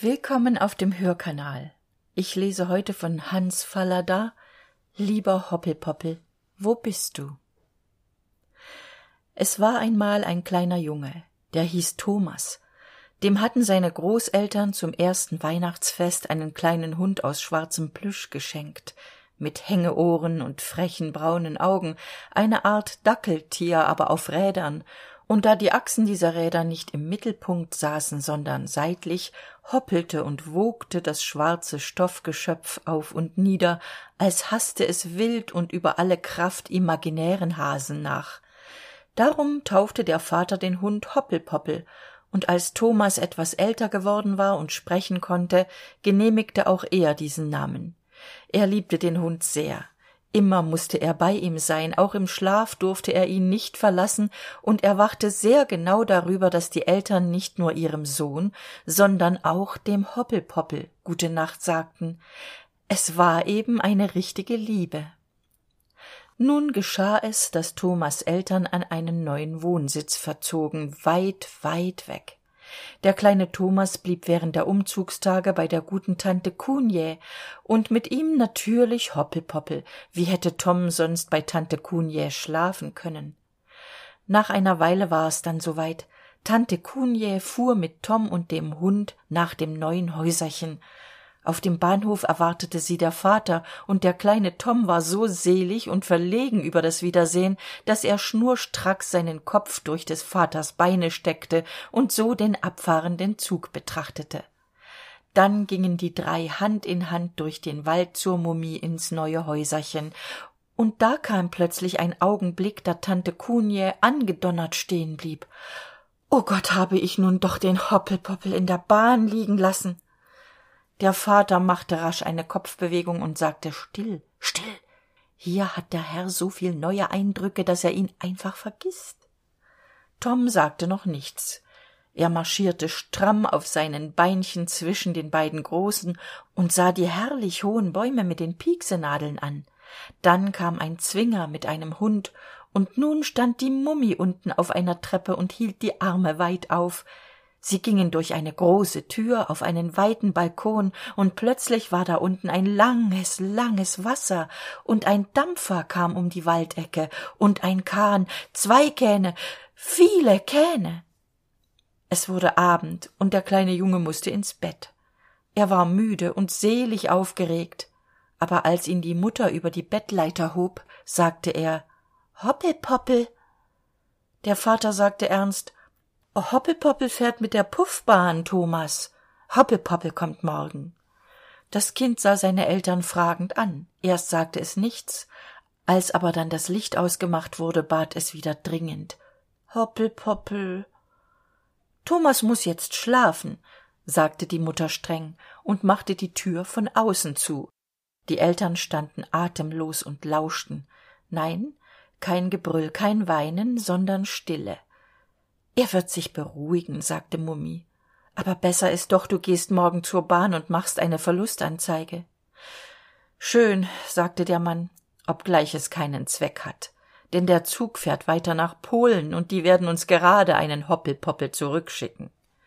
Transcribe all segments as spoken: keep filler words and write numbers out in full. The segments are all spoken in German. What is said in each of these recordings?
Willkommen auf dem Hörkanal. Ich lese heute von Hans Fallada, Lieber Hoppelpoppel, wo bist du? Es war einmal ein kleiner Junge, der hieß Thomas. Dem hatten seine Großeltern zum ersten Weihnachtsfest einen kleinen Hund aus schwarzem Plüsch geschenkt, mit Hängeohren und frechen braunen Augen, eine Art Dackeltier, aber auf Rädern, und da die Achsen dieser Räder nicht im Mittelpunkt saßen, sondern seitlich, hoppelte und wogte das schwarze Stoffgeschöpf auf und nieder, als haste es wild und über alle Kraft imaginären Hasen nach. Darum taufte der Vater den Hund Hoppelpoppel, und als Thomas etwas älter geworden war und sprechen konnte, genehmigte auch er diesen Namen. Er liebte den Hund sehr. Immer mußte er bei ihm sein, auch im Schlaf durfte er ihn nicht verlassen, und er wachte sehr genau darüber, dass die Eltern nicht nur ihrem Sohn, sondern auch dem Hoppelpoppel gute Nacht sagten. Es war eben eine richtige Liebe. Nun geschah es, dass Thomas' Eltern an einen neuen Wohnsitz verzogen, weit, weit weg. Der kleine Thomas blieb während der Umzugstage bei der guten Tante Kunjä und mit ihm natürlich Hoppelpoppel. Wie hätte Tom sonst bei Tante Kunjä schlafen können? Nach einer Weile war es dann soweit. Tante Kunjä fuhr mit Tom und dem Hund nach dem neuen Häuserchen. Auf dem Bahnhof erwartete sie der Vater, und der kleine Tom war so selig und verlegen über das Wiedersehen, dass er schnurstracks seinen Kopf durch des Vaters Beine steckte und so den abfahrenden Zug betrachtete. Dann gingen die drei Hand in Hand durch den Wald zur Mumie ins neue Häuserchen, und da kam plötzlich ein Augenblick, da Tante Kunjä angedonnert stehen blieb. »Oh Gott, habe ich nun doch den Hoppelpoppel in der Bahn liegen lassen!« Der Vater machte rasch eine Kopfbewegung und sagte »Still, still! Hier hat der Herr so viel neue Eindrücke, dass er ihn einfach vergisst.« Tom sagte noch nichts. Er marschierte stramm auf seinen Beinchen zwischen den beiden Großen und sah die herrlich hohen Bäume mit den Pieksenadeln an. Dann kam ein Zwinger mit einem Hund, und nun stand die Mummi unten auf einer Treppe und hielt die Arme weit auf. Sie gingen durch eine große Tür auf einen weiten Balkon, und plötzlich war da unten ein langes, langes Wasser, und ein Dampfer kam um die Waldecke, und ein Kahn, zwei Kähne, viele Kähne. Es wurde Abend, und der kleine Junge mußte ins Bett. Er war müde und selig aufgeregt, aber als ihn die Mutter über die Bettleiter hob, sagte er, »Hoppelpoppel!« Der Vater sagte ernst, »Hoppelpoppel fährt mit der Puffbahn, Thomas. Hoppelpoppel kommt morgen.« Das Kind sah seine Eltern fragend an. Erst sagte es nichts, als aber dann das Licht ausgemacht wurde, bat es wieder dringend. »Hoppelpoppel!« »Thomas muß jetzt schlafen«, sagte die Mutter streng und machte die Tür von außen zu. Die Eltern standen atemlos und lauschten. Nein, kein Gebrüll, kein Weinen, sondern Stille. »Er wird sich beruhigen«, sagte Mummi. »Aber besser ist doch, du gehst morgen zur Bahn und machst eine Verlustanzeige.« »Schön«, sagte der Mann, obgleich es keinen Zweck hat, denn der Zug fährt weiter nach Polen, und die werden uns gerade einen Hoppelpoppel zurückschicken.«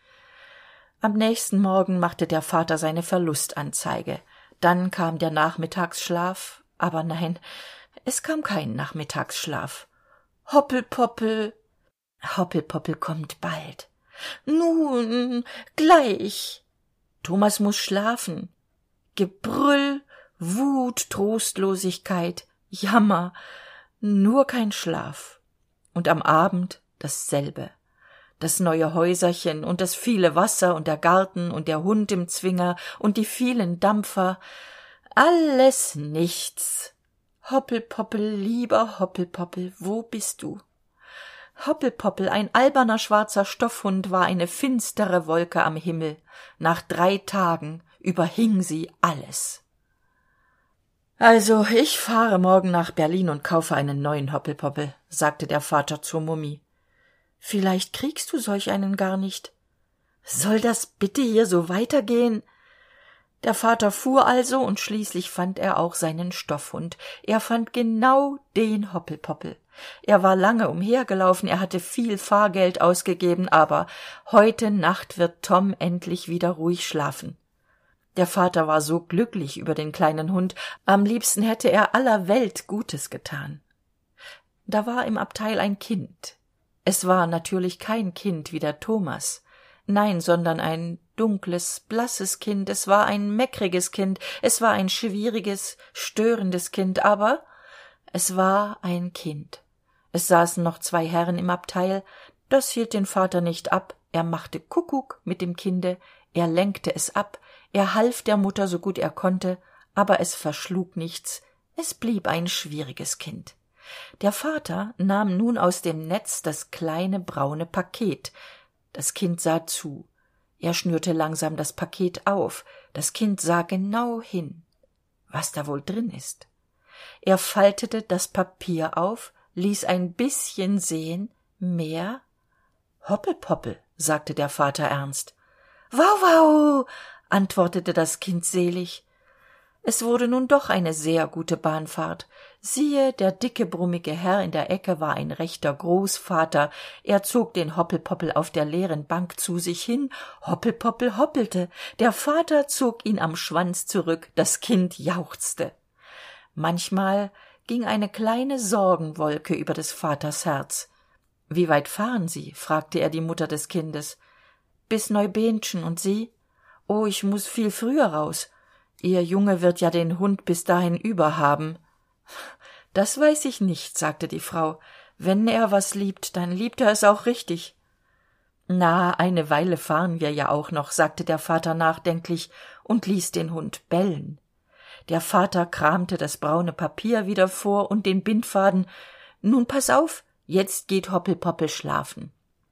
Am nächsten Morgen machte der Vater seine Verlustanzeige. Dann kam der Nachmittagsschlaf, aber nein, es kam kein Nachmittagsschlaf. »Hoppelpoppel!« »Hoppelpoppel kommt bald.« »Nun, gleich.« »Thomas muß schlafen.« Gebrüll, Wut, Trostlosigkeit, Jammer, nur kein Schlaf. Und am Abend dasselbe. Das neue Häuserchen und das viele Wasser und der Garten und der Hund im Zwinger und die vielen Dampfer. Alles nichts. Hoppelpoppel, lieber Hoppelpoppel, wo bist du? Hoppelpoppel, ein alberner schwarzer Stoffhund, war eine finstere Wolke am Himmel. Nach drei Tagen überhing sie alles. »Also, ich fahre morgen nach Berlin und kaufe einen neuen Hoppelpoppel«, sagte der Vater zur Mummi. »Vielleicht kriegst du solch einen gar nicht.« »Soll das bitte hier so weitergehen?« Der Vater fuhr also, und schließlich fand er auch seinen Stoffhund. Er fand genau den Hoppelpoppel. Er war lange umhergelaufen, er hatte viel Fahrgeld ausgegeben, aber heute Nacht wird Tom endlich wieder ruhig schlafen. Der Vater war so glücklich über den kleinen Hund, am liebsten hätte er aller Welt Gutes getan. Da war im Abteil ein Kind. Es war natürlich kein Kind wie der Thomas. Nein, sondern ein dunkles, blasses Kind, es war ein meckriges Kind, es war ein schwieriges, störendes Kind, aber es war ein Kind. Es saßen noch zwei Herren im Abteil, das hielt den Vater nicht ab, er machte Kuckuck mit dem Kinde, er lenkte es ab, er half der Mutter so gut er konnte, aber es verschlug nichts, es blieb ein schwieriges Kind. Der Vater nahm nun aus dem Netz das kleine braune Paket. Das Kind sah zu. Er schnürte langsam das Paket auf. Das Kind sah genau hin, was da wohl drin ist. Er faltete das Papier auf, ließ ein bisschen sehen, mehr. Hoppelpoppel, sagte der Vater ernst. Wau, wau, antwortete das Kind selig. Es wurde nun doch eine sehr gute Bahnfahrt. Siehe, der dicke, brummige Herr in der Ecke war ein rechter Großvater. Er zog den Hoppelpoppel auf der leeren Bank zu sich hin. Hoppelpoppel hoppelte. Der Vater zog ihn am Schwanz zurück. Das Kind jauchzte. Manchmal ging eine kleine Sorgenwolke über des Vaters Herz. »Wie weit fahren Sie?« fragte er die Mutter des Kindes. »Bis Neubehnchen, und Sie?« »Oh, ich muß viel früher raus. Ihr Junge wird ja den Hund bis dahin überhaben.« »Das weiß ich nicht«, sagte die Frau. »Wenn er was liebt, dann liebt er es auch richtig.« »Na, eine Weile fahren wir ja auch noch«, sagte der Vater nachdenklich und ließ den Hund bellen. Der Vater kramte das braune Papier wieder vor und den Bindfaden. »Nun pass auf, jetzt geht Hoppelpoppel schlafen.«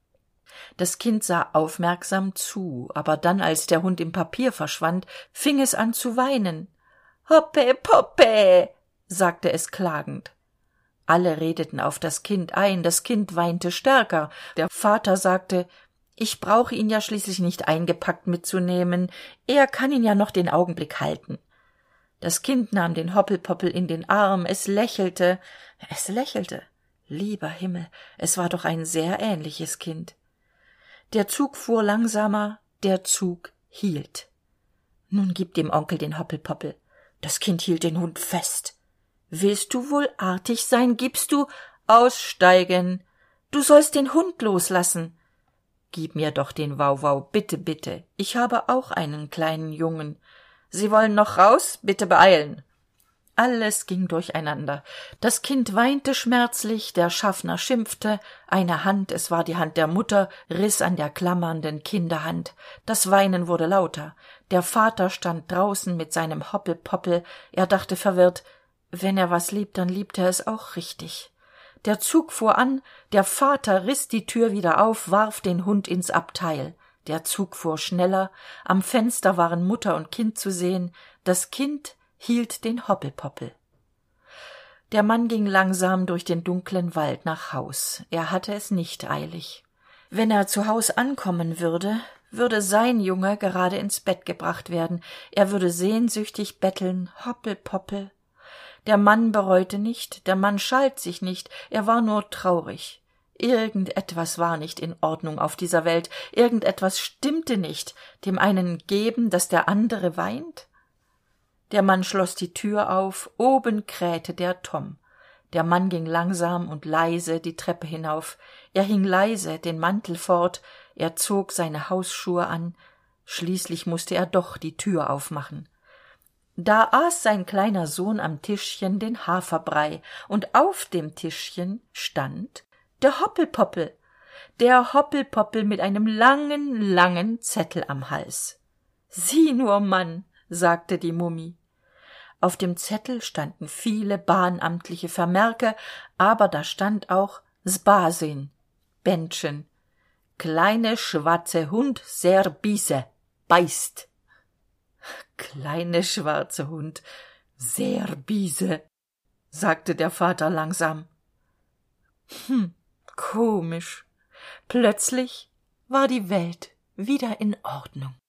Das Kind sah aufmerksam zu, aber dann, als der Hund im Papier verschwand, fing es an zu weinen. »Hoppe, Poppe«, sagte es klagend. Alle redeten auf das Kind ein, das Kind weinte stärker. Der Vater sagte, »Ich brauche ihn ja schließlich nicht eingepackt mitzunehmen, er kann ihn ja noch den Augenblick halten.« Das Kind nahm den Hoppelpoppel in den Arm, es lächelte, es lächelte. Lieber Himmel, es war doch ein sehr ähnliches Kind. Der Zug fuhr langsamer, der Zug hielt. Nun gib dem Onkel den Hoppelpoppel. Das Kind hielt den Hund fest. »Willst du wohl artig sein, gibst du?« »Aussteigen! Du sollst den Hund loslassen!« »Gib mir doch den Wauwau, bitte, bitte. Ich habe auch einen kleinen Jungen. Sie wollen noch raus? Bitte beeilen!« Alles ging durcheinander. Das Kind weinte schmerzlich, der Schaffner schimpfte, eine Hand, es war die Hand der Mutter, riss an der klammernden Kinderhand. Das Weinen wurde lauter. Der Vater stand draußen mit seinem Hoppelpoppel. Er dachte verwirrt, wenn er was liebt, dann liebt er es auch richtig. Der Zug fuhr an, der Vater riss die Tür wieder auf, warf den Hund ins Abteil. Der Zug fuhr schneller, am Fenster waren Mutter und Kind zu sehen, das Kind hielt den Hoppelpoppel. Der Mann ging langsam durch den dunklen Wald nach Haus. Er hatte es nicht eilig. Wenn er zu Haus ankommen würde, würde sein Junge gerade ins Bett gebracht werden. Er würde sehnsüchtig betteln, Hoppelpoppel. Der Mann bereute nicht, der Mann schalt sich nicht, er war nur traurig. Irgendetwas war nicht in Ordnung auf dieser Welt, irgendetwas stimmte nicht, dem einen geben, dass der andere weint. Der Mann schloss die Tür auf, oben krähte der Tom. Der Mann ging langsam und leise die Treppe hinauf. Er hing leise den Mantel fort, er zog seine Hausschuhe an. Schließlich musste er doch die Tür aufmachen. Da aß sein kleiner Sohn am Tischchen den Haferbrei, und auf dem Tischchen stand der Hoppelpoppel, der Hoppelpoppel mit einem langen, langen Zettel am Hals. »Sieh nur, Mann«, sagte die Mummi. Auf dem Zettel standen viele bahnamtliche Vermerke, aber da stand auch »Sbasin«, Bändchen, »Kleine schwarze Hund, sehr biese, beißt.« »Kleine schwarze Hund, sehr biese«, sagte der Vater langsam. Hm, komisch. Plötzlich war die Welt wieder in Ordnung.